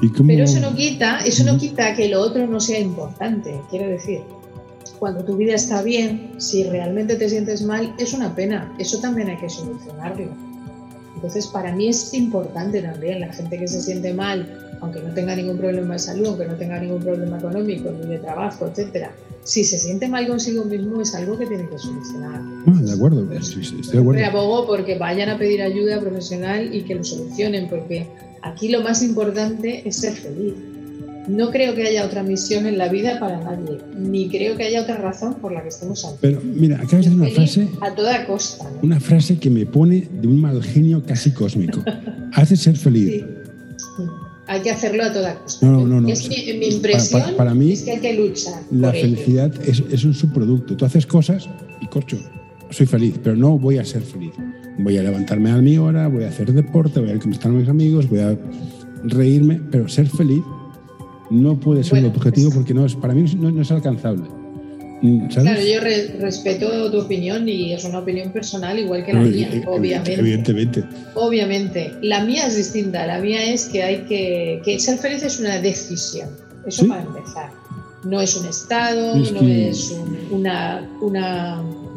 ¿Y cómo? Pero eso no quita, eso no quita que lo otro no sea importante. Quiero decir, cuando tu vida está bien, si realmente te sientes mal, es una pena. Eso también hay que solucionarlo. Entonces, para mí es importante también la gente que se siente mal, aunque no tenga ningún problema de salud, aunque no tenga ningún problema económico, ni de trabajo, etcétera. Si se siente mal consigo mismo, es algo que tiene que solucionar. Ah, de acuerdo, sí, sí, estoy de acuerdo. Me abogo porque vayan a pedir ayuda profesional y que lo solucionen, porque aquí lo más importante es ser feliz. No creo que haya otra misión en la vida para nadie, ni creo que haya otra razón por la que estemos aquí. Pero mira, acabas de decir una frase, a toda costa, ¿no? Una frase que me pone de un mal genio casi cósmico. Has de ser feliz. Sí. Hay que hacerlo a toda costa. No, no, no. Es mi, mi impresión para, para, para mí, es que hay que luchar. La por felicidad es, es un subproducto. Tú haces cosas y, corcho, soy feliz, pero no voy a ser feliz. Voy a levantarme a mi hora, voy a hacer deporte, voy a ir a estar con mis amigos, voy a reírme, pero ser feliz no puede ser bueno, un objetivo es... porque no es, para mí no, no es alcanzable. ¿Sabes? Claro, yo re respeto tu opinión y es una opinión personal igual que la no, mía, ev obviamente. Evidentemente. Obviamente. La mía es distinta. La mía es que hay que... que ser feliz es una decisión. Eso ¿sí? Para empezar. No es un estado, es no que... es un, una, una,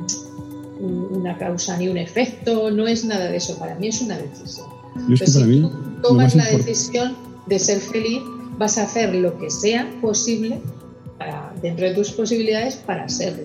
una causa ni un efecto, no es nada de eso. Para mí es una decisión. Yo es que para si mí, tú tomas la decisión de ser feliz, vas a hacer lo que sea posible para, dentro de tus posibilidades para serlo.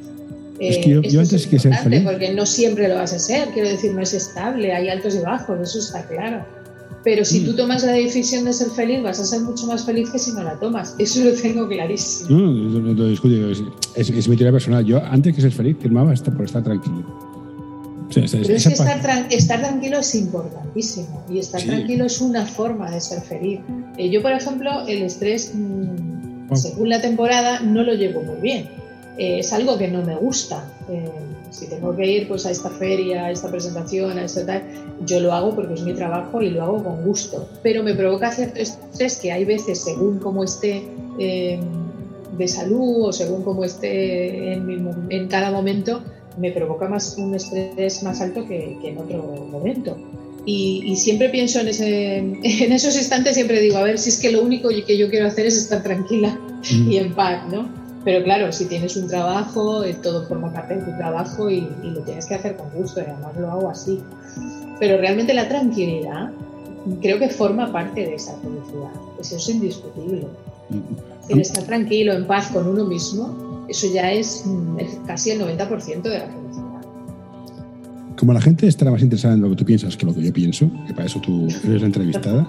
Es que yo, eh, yo antes que ser feliz, porque no siempre lo vas a ser, quiero decir, no es estable, hay altos y bajos, eso está claro. Pero si mm. tú tomas la decisión de ser feliz, vas a ser mucho más feliz que si no la tomas. Eso lo tengo clarísimo. No, no, no, no discuto, es, es, es mi teoría personal. Yo antes que ser feliz firmaba hasta por estar tranquilo. O sea, esa, Pero esa es que estar, tra estar tranquilo es importantísimo y estar sí. tranquilo es una forma de ser feliz. Eh, yo, por ejemplo, el estrés, mmm, oh. según la temporada, no lo llevo muy bien. Eh, es algo que no me gusta. Eh, si tengo que ir pues, a esta feria, a esta presentación, a esto tal, yo lo hago porque es mi trabajo y lo hago con gusto. Pero me provoca cierto estrés que hay veces, según cómo esté eh, de salud o según cómo esté en, mi, en cada momento, me provoca más un estrés más alto que, que en otro momento. Y, y siempre pienso en, ese, en esos instantes, siempre digo, a ver si es que lo único que yo quiero hacer es estar tranquila mm. y en paz, ¿no? Pero claro, si tienes un trabajo, todo forma parte de tu trabajo y, y lo tienes que hacer con gusto, y además lo hago así. Pero realmente la tranquilidad creo que forma parte de esa felicidad. Eso es indiscutible. Mm. El estar tranquilo, en paz con uno mismo, eso ya es, es casi el noventa por ciento de la felicidad. Como la gente estará más interesada en lo que tú piensas que lo que yo pienso, que para eso tú eres la entrevistada.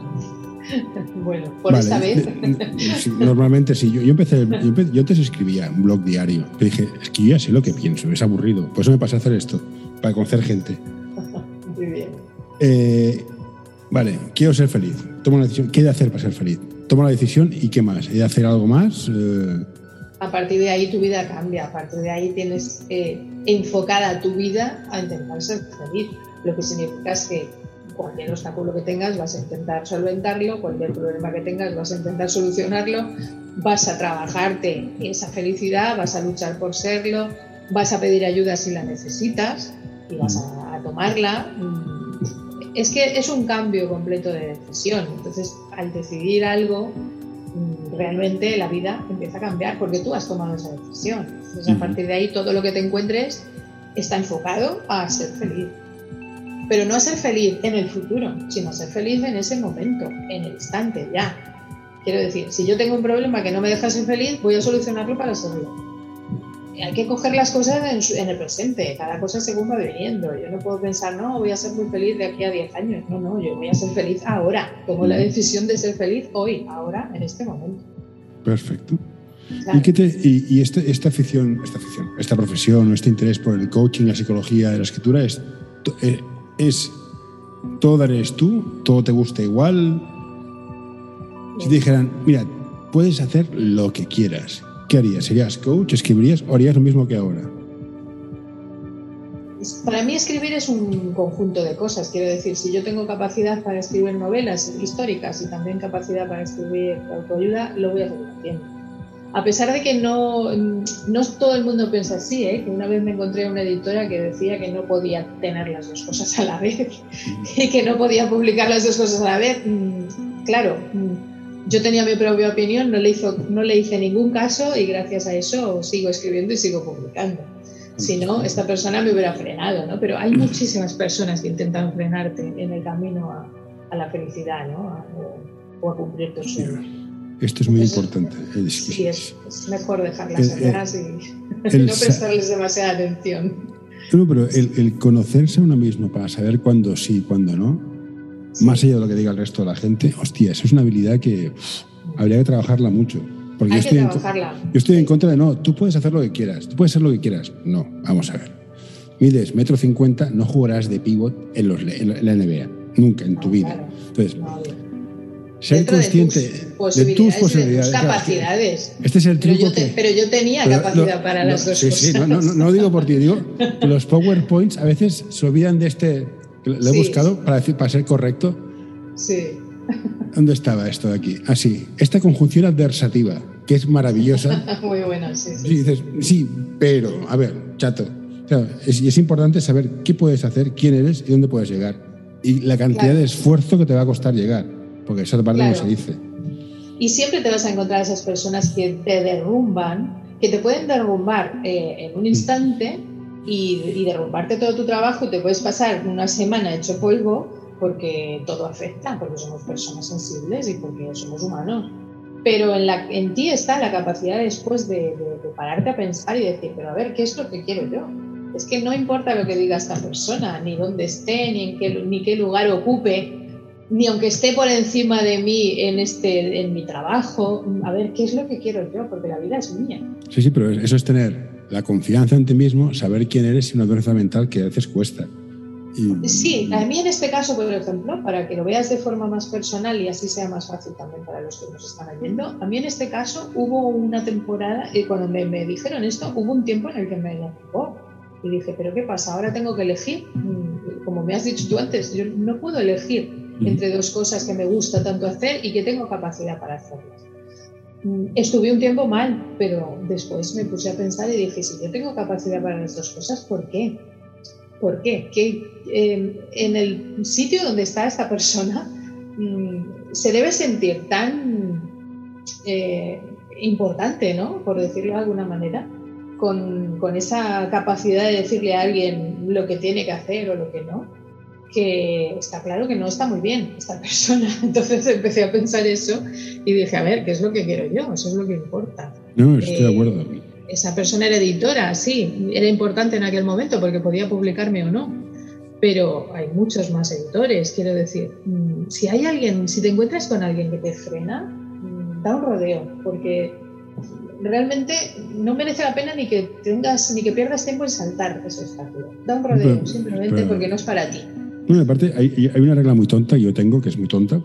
Bueno, por vale. esta vez. Normalmente sí. Yo, yo, empecé, yo, empecé, yo antes escribía un blog diario. Pero dije, es que yo ya sé lo que pienso, es aburrido. Por eso me pasé a hacer esto, para conocer gente. Muy bien. Eh, vale, quiero ser feliz. Tomo una decisión. ¿Qué he de hacer para ser feliz? Tomo la decisión y ¿qué más? ¿He de hacer algo más? Eh... A partir de ahí tu vida cambia. A partir de ahí tienes eh, enfocada tu vida a intentar ser feliz. Lo que significa es que cualquier obstáculo que tengas vas a intentar solventarlo, cualquier problema que tengas vas a intentar solucionarlo, vas a trabajarte esa felicidad, vas a luchar por serlo, vas a pedir ayuda si la necesitas y vas a, a tomarla. Es que es un cambio completo de decisión. Entonces, al decidir algo, realmente la vida empieza a cambiar porque tú has tomado esa decisión. Entonces, a partir de ahí, todo lo que te encuentres está enfocado a ser feliz. Pero no a ser feliz en el futuro, sino a ser feliz en ese momento, en el instante, ya. Quiero decir, si yo tengo un problema que no me deja ser feliz, voy a solucionarlo para serlo. Y hay que coger las cosas en, su, en el presente, cada cosa según va viniendo. Yo no puedo pensar, no, voy a ser muy feliz de aquí a diez años. No, no, yo voy a ser feliz ahora. Tomo la decisión de ser feliz hoy, ahora, en este momento. Perfecto. Claro. ¿Y, qué te, y, y este, esta afición, esta afición, esta profesión, este interés por el coaching, la psicología, la escritura, es... Eh, es todo eres tú, todo te gusta igual. Si te dijeran, mira, puedes hacer lo que quieras, ¿qué harías? ¿Serías coach, escribirías o harías lo mismo que ahora? Para mí escribir es un conjunto de cosas. Quiero decir, si yo tengo capacidad para escribir novelas históricas y también capacidad para escribir autoayuda, lo voy a seguir haciendo. A pesar de que no, no todo el mundo piensa así, ¿eh? Que una vez me encontré una editora que decía que no podía tener las dos cosas a la vez y que no podía publicar las dos cosas a la vez. Claro, yo tenía mi propia opinión, no le, hizo, no le hice ningún caso y gracias a eso sigo escribiendo y sigo publicando. Si no, esta persona me hubiera frenado, ¿no? Pero hay muchísimas personas que intentan frenarte en el camino a, a la felicidad, ¿no? A, o, o a cumplir tus sueños. Esto es muy Entonces, importante. Es, sí, es, es mejor dejarlas atrás y el, no prestarles demasiada atención. No, pero el, el conocerse a uno mismo para saber cuándo sí y cuándo no, sí. Más allá de lo que diga el resto de la gente, hostia, eso es una habilidad que pff, habría que trabajarla mucho. Porque Hay yo estoy, que en, trabajarla. yo estoy en contra de no, tú puedes hacer lo que quieras, tú puedes ser lo que quieras. No, vamos a ver. Mides metro cincuenta, no jugarás de pívot en, los, en la N B A, nunca en tu no, vida. Claro. Entonces, no, ser Dentro consciente de tus posibilidades, de tus, posibilidades, de tus capacidades. Claro, este es el truco. Pero yo, te, que, pero yo tenía pero capacidad lo, para lo, las dos sí, cosas. Sí, no, no, no, no digo por ti, digo que los PowerPoints a veces se olvidan de este. Lo he sí. buscado para, decir, para ser correcto. Sí. ¿Dónde estaba esto de aquí? Ah, sí. Esta conjunción adversativa, que es maravillosa. Muy buena, sí. Sí, sí, dices, sí, pero, a ver, chato. O sea, es, es importante saber qué puedes hacer, quién eres y dónde puedes llegar. Y la cantidad claro. de esfuerzo que te va a costar llegar. Porque esa parte claro. no se dice. Y siempre te vas a encontrar esas personas que te derrumban, que te pueden derrumbar eh, en un instante y, y derrumbarte todo tu trabajo y te puedes pasar una semana hecho polvo porque todo afecta, porque somos personas sensibles y porque somos humanos. Pero en, la, en ti está la capacidad después de, de, de pararte a pensar y decir, pero a ver, ¿qué es lo que quiero yo? Es que no importa lo que diga esta persona, ni dónde esté, ni, en qué, ni qué lugar ocupe, ni aunque esté por encima de mí en, este, en mi trabajo, a ver, ¿qué es lo que quiero yo? Porque la vida es mía. Sí, sí, pero eso es tener la confianza en ti mismo, saber quién eres y una dureza mental que a veces cuesta. Y... Sí, a mí en este caso, por ejemplo, para que lo veas de forma más personal y así sea más fácil también para los que nos están oyendo, a mí en este caso hubo una temporada, y cuando me, me dijeron esto, hubo un tiempo en el que me llamó y dije, ¿pero qué pasa? ¿Ahora tengo que elegir? Como me has dicho tú antes, yo no puedo elegir entre dos cosas que me gusta tanto hacer y que tengo capacidad para hacerlas. Estuve un tiempo mal, pero después me puse a pensar y dije, si yo tengo capacidad para las dos cosas, ¿por qué? ¿Por qué? Que eh, en el sitio donde está esta persona mmm, se debe sentir tan eh, importante, ¿no? Por decirlo de alguna manera, con, con esa capacidad de decirle a alguien lo que tiene que hacer o lo que no, que está claro que no está muy bien esta persona. Entonces empecé a pensar eso y dije, a ver, ¿qué es lo que quiero yo? Eso es lo que importa. No, estoy eh, de acuerdo. Esa persona era editora, sí, era importante en aquel momento porque podía publicarme o no, pero hay muchos más editores. Quiero decir, si hay alguien, si te encuentras con alguien que te frena, da un rodeo, porque realmente no merece la pena ni que tengas, ni que pierdas tiempo en saltar ese obstáculo. Da un rodeo, pero, simplemente pero, porque no es para ti. Bueno, aparte hay, hay una regla muy tonta que yo tengo, que es muy tonta,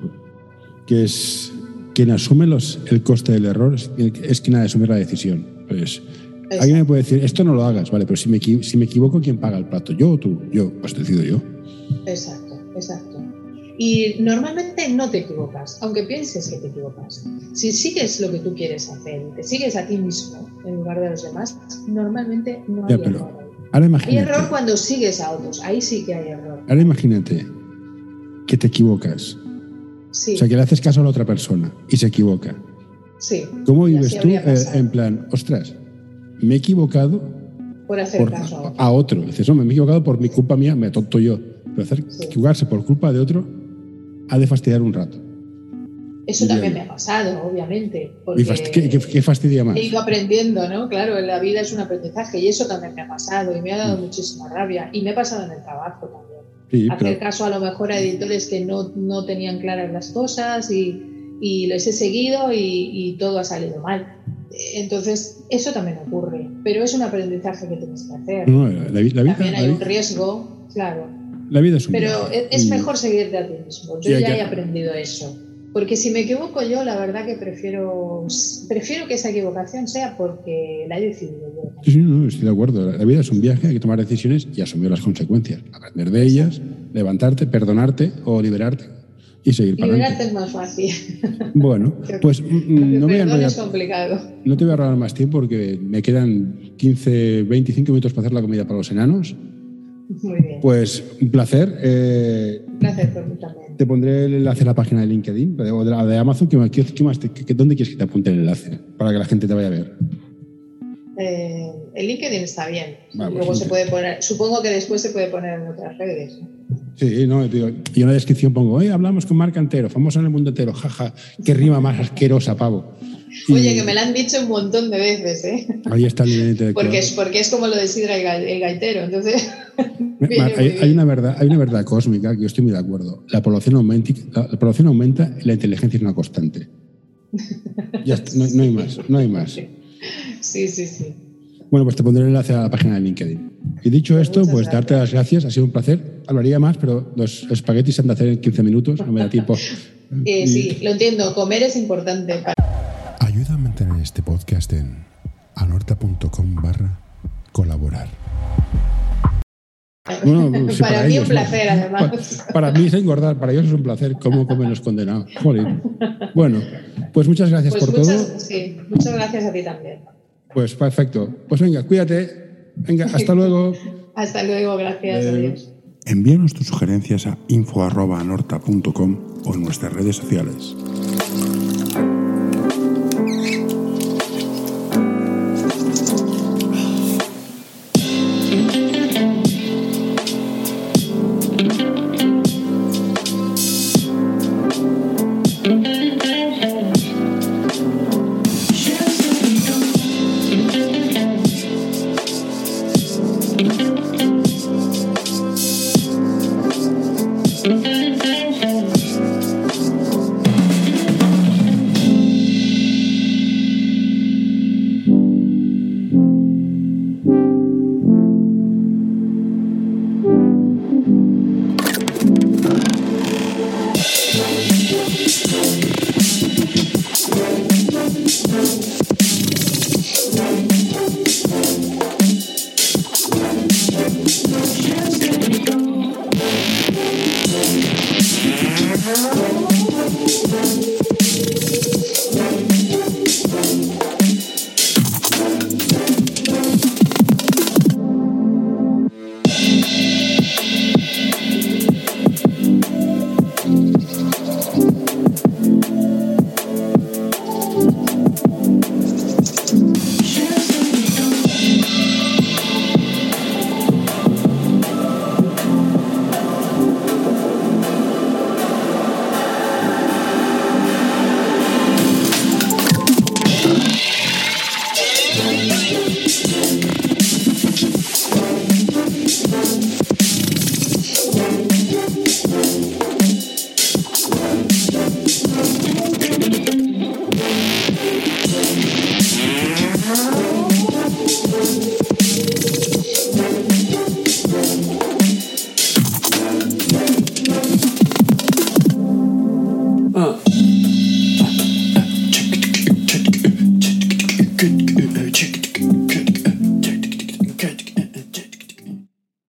que es quien asume los, el coste del error es, es quien ha de asumir la decisión. Pues, alguien me puede decir, esto no lo hagas, vale, pero si me, si me equivoco, ¿quién paga el plato? ¿Yo o tú? Yo, pues decido yo. Exacto, exacto. Y normalmente no te equivocas, aunque pienses que te equivocas. Si sigues lo que tú quieres hacer, te sigues a ti mismo en lugar de los demás, normalmente no hay ya, pero, error. Ahora imagínate, hay error cuando sigues a otros, ahí sí que hay error. Ahora imagínate que te equivocas. Sí. O sea, que le haces caso a la otra persona y se equivoca. Sí. ¿Cómo vives tú eh, en plan, ostras, me he equivocado por hacer por, caso a otro? A otro. Dices, no, me he equivocado por mi culpa mía, me tonto yo. Pero hacer sí. equivocarse por culpa de otro ha de fastidiar un rato. Eso también me ha pasado, obviamente. Porque ¿Qué, qué, qué fastidia más? He ido aprendiendo, ¿no? Claro, la vida es un aprendizaje y eso también me ha pasado y me ha dado mm. muchísima rabia. Y me ha pasado en el trabajo también. Sí, hacer pero... caso a lo mejor a editores que no, no tenían claras las cosas y, y les he seguido y, y todo ha salido mal. Entonces, eso también ocurre, pero es un aprendizaje que tienes que hacer. No, la, la vida, también hay la un riesgo, claro. La vida es un Pero viaje. es y... mejor seguirte a ti mismo. Yo ya he aprendido eso. Porque si me equivoco yo, la verdad que prefiero prefiero que esa equivocación sea porque la he decidido yo. Sí, sí, no, estoy de acuerdo. La vida es un viaje, hay que tomar decisiones y asumir las consecuencias. Aprender de ellas, levantarte, perdonarte o liberarte y seguir para Liberarte adelante. es más fácil. Bueno, pues no, voy a enrollar, es complicado. No te voy a robar más tiempo porque me quedan quince, veinticinco minutos para hacer la comida para los enanos. Muy bien. Pues un placer. Eh, un placer por mí también. Te pondré el enlace a la página de LinkedIn o de la de Amazon. ¿Qué, qué, qué más te, qué, ¿Dónde quieres que te apunte el enlace para que la gente te vaya a ver? Eh, el LinkedIn está bien. Vale, Luego pues, se puede poner, supongo que después se puede poner en otras redes. Sí, no, digo, y en la descripción pongo, hoy hablamos con Marc Antero, famoso en el mundo entero, jaja, qué rima más asquerosa, pavo. Y oye, que me la han dicho un montón de veces, ¿eh? Ahí está el nivel intelectual. Porque es, porque es como lo de Sidra el gaitero, entonces... Mar, hay, hay, una verdad, hay una verdad cósmica que yo estoy muy de acuerdo. La población aumenta, la, la población aumenta y la inteligencia es una constante. Ya está, no, no hay más, no hay más. Sí, sí, sí. Bueno, pues te pondré el enlace a la página de LinkedIn. Y dicho Pues esto, pues gracias. darte las gracias, ha sido un placer. Hablaría más, pero los espaguetis se han de hacer en quince minutos, no me da tiempo. Eh, sí, lo entiendo, comer es importante. Para... Ayuda a mantener este podcast en anorta.com barra colaborar. Bueno, sí, para, para mí ellos, un placer, ¿no? además. Para, para mí es engordar, para ellos es un placer. ¿Cómo comen los condenados? Joder. Bueno, pues muchas gracias pues por muchas, todo. Sí, muchas gracias a ti también. Pues perfecto. Pues venga, cuídate. Venga, hasta luego. Hasta luego, gracias. Eh, Adiós. Envíanos tus sugerencias a info arroba anorta punto com o en nuestras redes sociales. Thank you.